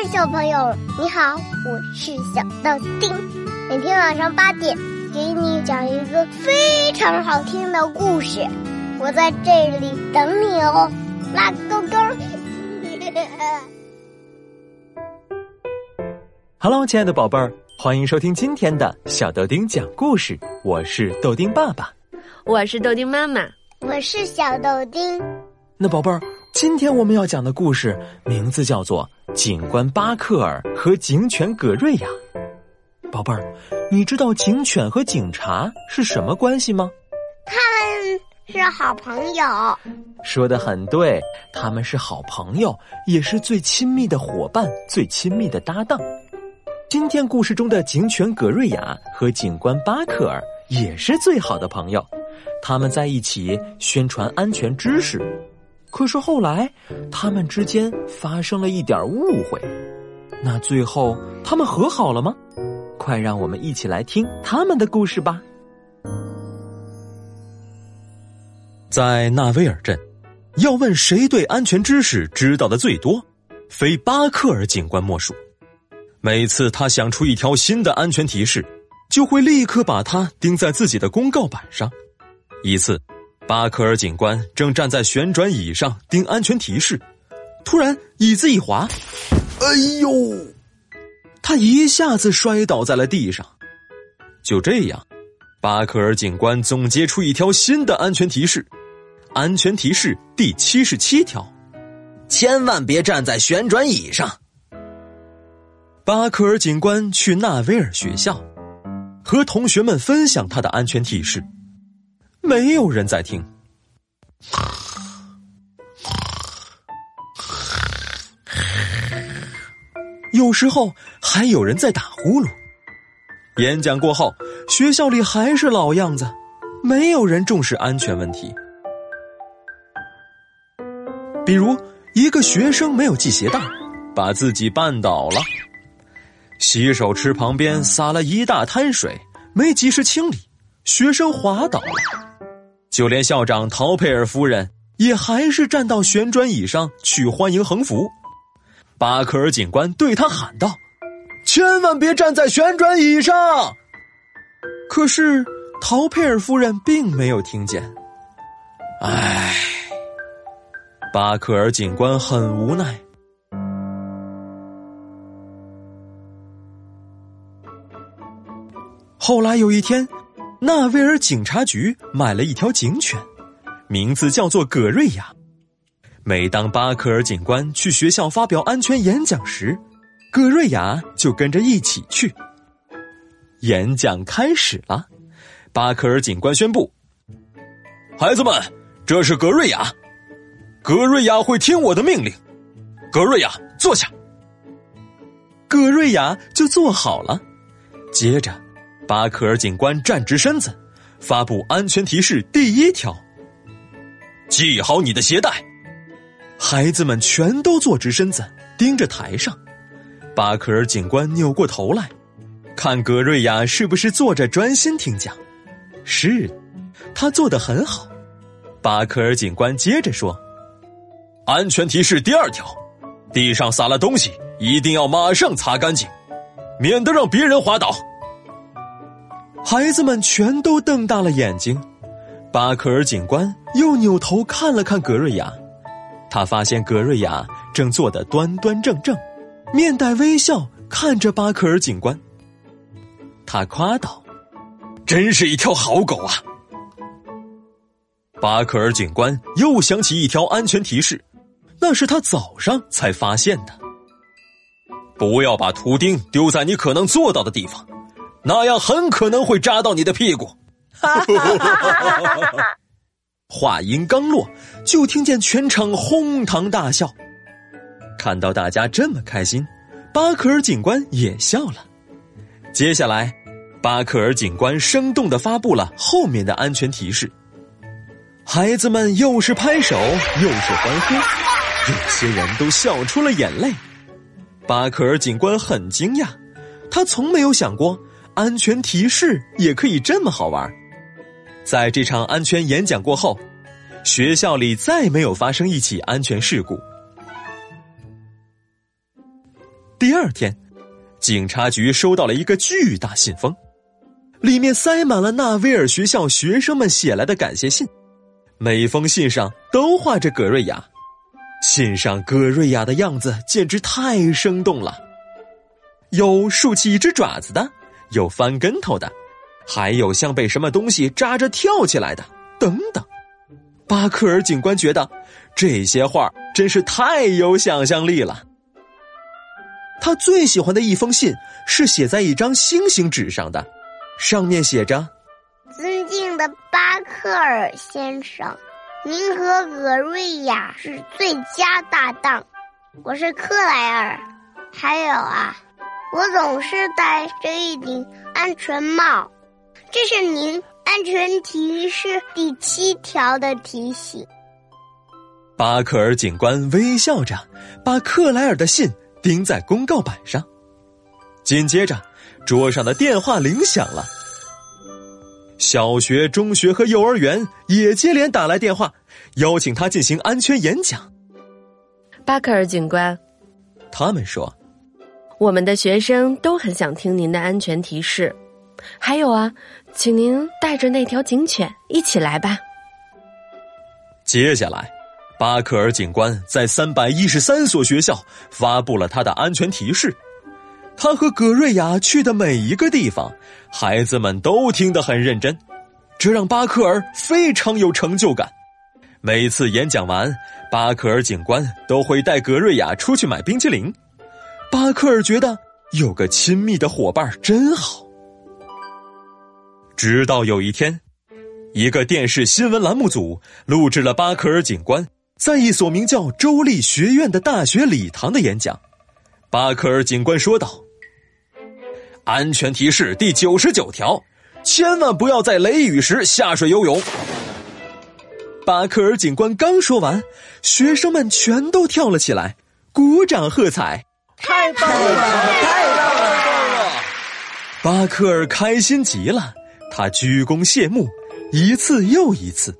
嗨，小朋友，你好，我是小豆丁。每天晚上8点，给你讲一个非常好听的故事，我在这里等你哦，拉勾勾。 Hello， 亲爱的宝贝儿，欢迎收听今天的小豆丁讲故事，我是豆丁爸爸， 我是豆丁妈妈， 我是小豆丁。 那宝贝儿，今天我们要讲的故事名字叫做《警官巴克尔和警犬葛瑞亚》。宝贝儿，你知道警犬和警察是什么关系吗？ 他们是好朋友。 说得很对，他们是好朋友，也是最亲密的伙伴，最亲密的搭档。今天故事中的警犬葛瑞亚和警官巴克尔也是最好的朋友，他们在一起宣传安全知识。可是后来他们之间发生了一点误会，那最后他们和好了吗？快让我们一起来听他们的故事吧。在纳威尔镇，要问谁对安全知识知道的最多，非巴克尔警官莫属。每次他想出一条新的安全提示，就会立刻把它钉在自己的公告板上。一次，巴克尔警官正站在旋转椅上钉安全提示，突然椅子一滑，哎呦！他一下子摔倒在了地上。就这样，巴克尔警官总结出一条新的安全提示，安全提示第77条：千万别站在旋转椅上。巴克尔警官去纳威尔学校，和同学们分享他的安全提示。没有人在听。有时候还有人在打呼噜。演讲过后，学校里还是老样子，没有人重视安全问题。比如，一个学生没有系鞋带，把自己绊倒了；洗手池旁边洒了一大滩水，没及时清理，学生滑倒了。就连校长陶佩尔夫人也还是站到旋转椅上去欢迎横幅。巴克尔警官对他喊道：千万别站在旋转椅上！可是陶佩尔夫人并没有听见。唉，巴克尔警官很无奈。后来有一天，纳威尔警察局买了一条警犬，名字叫做葛瑞亚。每当巴克尔警官去学校发表安全演讲时，葛瑞亚就跟着一起去。演讲开始了，巴克尔警官宣布：孩子们，这是葛瑞亚，葛瑞亚会听我的命令。葛瑞亚，坐下。葛瑞亚就坐好了。接着巴克尔警官站直身子，发布安全提示第1条：系好你的鞋带。孩子们全都坐直身子，盯着台上。巴克尔警官扭过头来，看葛瑞亚是不是坐着专心听讲。是，他做得很好。巴克尔警官接着说：安全提示第2条，地上洒了东西，一定要马上擦干净，免得让别人滑倒。孩子们全都瞪大了眼睛。巴克尔警官又扭头看了看葛瑞亚，他发现葛瑞亚正坐得端端正正，面带微笑看着巴克尔警官。他夸道：真是一条好狗啊！巴克尔警官又想起一条安全提示，那是他早上才发现的：不要把图钉丢在你可能坐到的地方，那样很可能会扎到你的屁股。话音刚落，就听见全场哄堂大笑。看到大家这么开心，巴克尔警官也笑了。接下来，巴克尔警官生动地发布了后面的安全提示。孩子们又是拍手又是欢呼，有些人都笑出了眼泪。巴克尔警官很惊讶，他从没有想过安全提示也可以这么好玩。在这场安全演讲过后，学校里再没有发生一起安全事故。 第二天，警察局收到了一个巨大信封，里面塞满了纳威尔学校学生们写来的感谢信，每封信上都画着葛瑞亚，信上葛瑞亚的样子简直太生动了，有竖起一只爪子的，有翻跟头的，还有像被什么东西扎着跳起来的，等等。巴克尔警官觉得这些画真是太有想象力了。他最喜欢的一封信是写在一张星星纸上的，上面写着： 尊敬的巴克尔先生，您和葛瑞亚是最佳搭档，我是克莱尔。还有啊，我总是戴着一顶安全帽，这是您安全提示第7条的提醒。 巴克尔警官微笑着把克莱尔的信钉在公告板上，紧接着桌上的电话铃响了。小学、中学和幼儿园也接连打来电话，邀请他进行安全演讲。 巴克尔警官， 他们说， 我们的学生都很想听您的安全提示，还有啊，请您带着那条警犬一起来吧。 接下来，巴克尔警官在313所学校发布了他的安全提示。他和葛瑞亚去的每一个地方，孩子们都听得很认真，这让巴克尔非常有成就感。每次演讲完，巴克尔警官都会带葛瑞亚出去买冰淇淋。巴克尔觉得有个亲密的伙伴真好。直到有一天，一个电视新闻栏目组录制了巴克尔警官在一所名叫州立学院的大学礼堂的演讲。巴克尔警官说道：安全提示第99条，千万不要在雷雨时下水游泳。巴克尔警官刚说完，学生们全都跳了起来，鼓掌喝彩。 太棒了，太棒了！ 巴克尔开心极了，他鞠躬谢幕，一次又一次。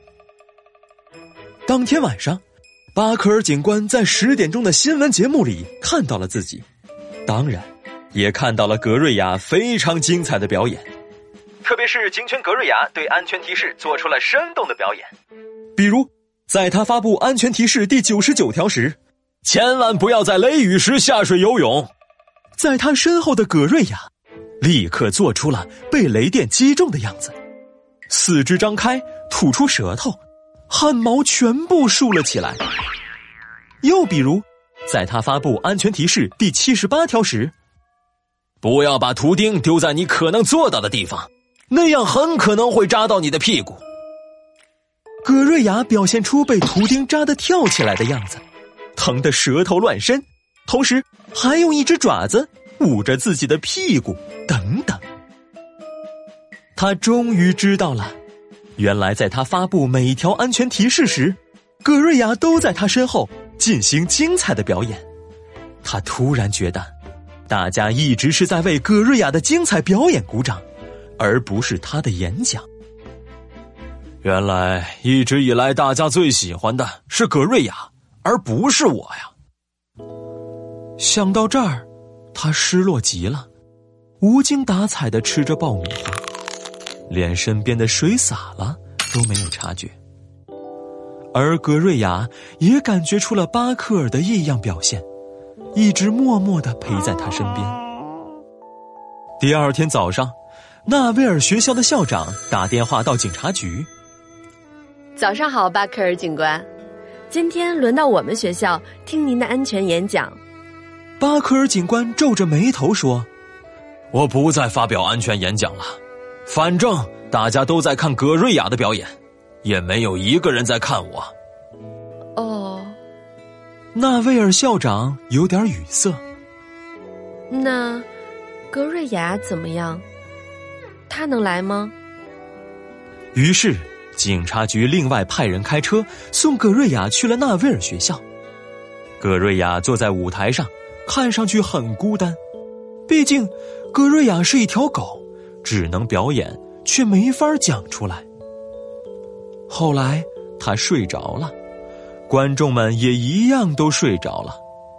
当天晚上，巴克尔警官在10点钟的新闻节目里看到了自己，当然也看到了葛瑞亚非常精彩的表演，特别是警犬葛瑞亚对安全提示做出了生动的表演。比如在他发布安全提示第99条时，千万不要在雷雨时下水游泳，在他身后的葛瑞亚立刻做出了被雷电击中的样子，四肢张开，吐出舌头，汗毛全部竖了起来。又比如在他发布安全提示第78条时，不要把图钉丢在你可能做到的地方，那样很可能会扎到你的屁股。葛瑞亚表现出被图钉扎得跳起来的样子，疼得舌头乱伸，同时还用一只爪子捂着自己的屁股，等等。他终于知道了，原来在他发布每一条安全提示时，葛瑞亚都在他身后进行精彩的表演。他突然觉得大家一直是在为葛瑞亚的精彩表演鼓掌，而不是他的演讲。原来一直以来大家最喜欢的是葛瑞亚，而不是我呀。想到这儿，他失落极了，无精打采地吃着爆米花，连身边的水洒了都没有察觉。而葛瑞亚也感觉出了巴克尔的异样表现，一直默默地陪在他身边。第二天早上，纳威尔学校的校长打电话到警察局。 早上好，巴克尔警官，今天轮到我们学校听您的安全演讲。 巴克尔警官皱着眉头说：我不再发表安全演讲了，反正大家都在看葛瑞亚的表演，也没有一个人在看我。 哦， 纳威尔校长有点语塞。 那葛瑞亚怎么样？他能来吗？ 于是警察局另外派人开车送葛瑞亚去了纳威尔学校。葛瑞亚坐在舞台上，看上去很孤单，毕竟葛瑞亚是一条狗，只能表演却没法讲出来。后来他睡着了，观众们也一样都睡着了。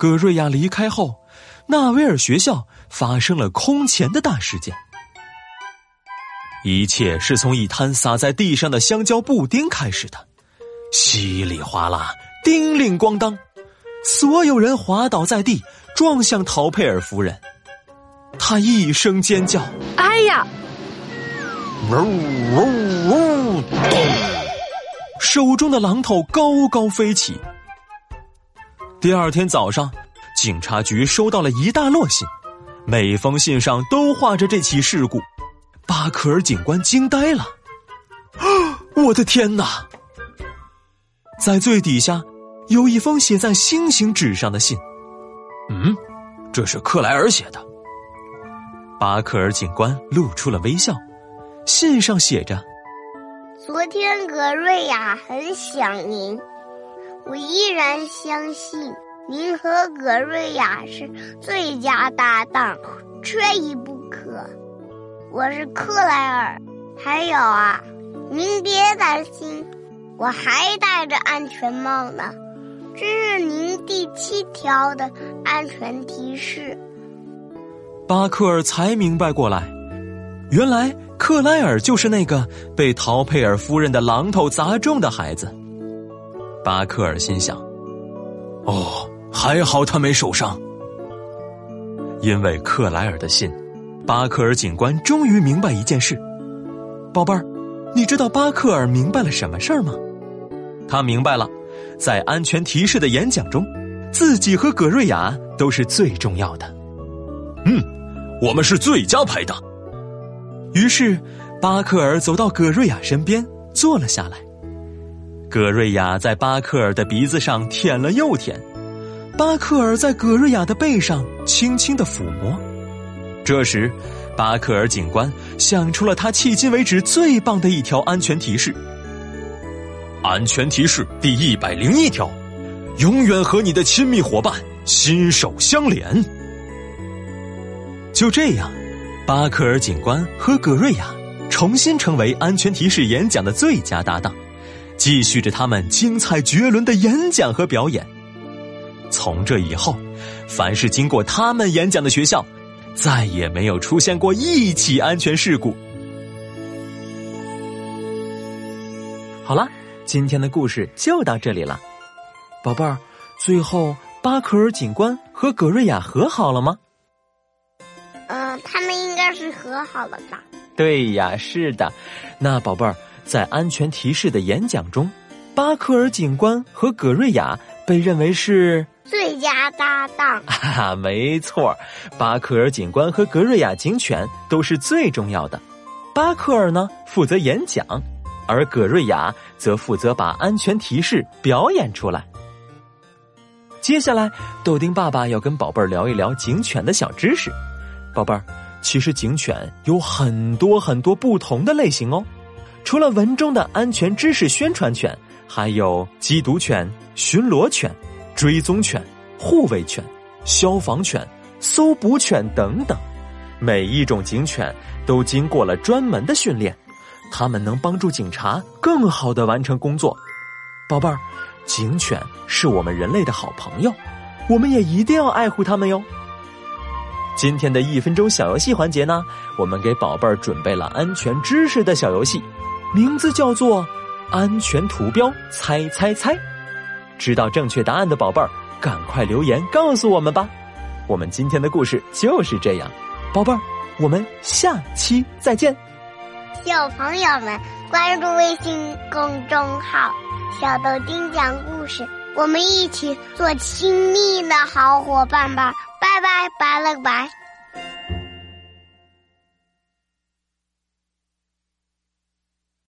葛瑞亚离开后，纳维尔学校发生了空前的大事件。一切是从一滩洒在地上的香蕉布丁开始的，稀里哗啦，叮铃咣当，所有人滑倒在地，撞向陶佩尔夫人。她一声尖叫， 哎呀！ 手中的榔头高高飞起。第二天早上，警察局收到了一大摞信，每封信上都画着这起事故。巴克尔警官惊呆了，我的天哪！在最底下有一封写在星星纸上的信。这是克莱尔写的。巴克尔警官露出了微笑，信上写着： 昨天葛瑞亚很想您，我依然相信您和葛瑞亚是最佳搭档，缺一不可。我是克莱尔。还有啊，您别担心，我还戴着安全帽呢，这是您第7条的安全提示。 巴克尔才明白过来，原来克莱尔就是那个被陶佩尔夫人的榔头砸中的孩子。巴克尔心想，还好他没受伤。因为克莱尔的信，巴克尔警官终于明白一件事。宝贝儿，你知道巴克尔明白了什么事儿吗？他明白了，在安全提示的演讲中，自己和葛瑞亚都是最重要的。我们是最佳拍档。于是巴克尔走到葛瑞亚身边坐了下来。葛瑞亚在巴克尔的鼻子上舔了又舔，巴克尔在葛瑞亚的背上轻轻地抚摸。这时巴克尔警官想出了他迄今为止最棒的一条安全提示。安全提示第101条，永远和你的亲密伙伴心手相连。就这样，巴克尔警官和葛瑞亚重新成为安全提示演讲的最佳搭档，继续着他们精彩绝伦的演讲和表演。从这以后，凡是经过他们演讲的学校，再也没有出现过一起安全事故。好了，今天的故事就到这里了。宝贝儿，最后巴克尔警官和葛瑞亚和好了吗？ 他们应该是和好了吧？ 对呀，是的。那宝贝儿，在安全提示的演讲中，巴克尔警官和葛瑞亚被认为是最佳搭档。 没错，巴克尔警官和葛瑞亚警犬都是最重要的。巴克尔呢，负责演讲，而葛瑞亚则负责把安全提示表演出来。接下来，豆丁爸爸要跟宝贝儿聊一聊警犬的小知识。宝贝儿，其实警犬有很多很多不同的类型哦。除了文中的安全知识宣传犬，还有缉毒犬、巡逻犬、追踪犬、护卫犬、消防犬、搜捕犬等等。每一种警犬都经过了专门的训练，它们能帮助警察更好地完成工作。宝贝儿，警犬是我们人类的好朋友，我们也一定要爱护它们哟。今天的1分钟小游戏环节呢，我们给宝贝儿准备了安全知识的小游戏，名字叫做安全图标猜猜猜。知道正确答案的宝贝儿，赶快留言告诉我们吧。我们今天的故事就是这样，宝贝儿，我们下期再见。 小朋友们，关注微信公众号小豆丁讲故事，我们一起做亲密的好伙伴吧。拜拜，拜了个拜。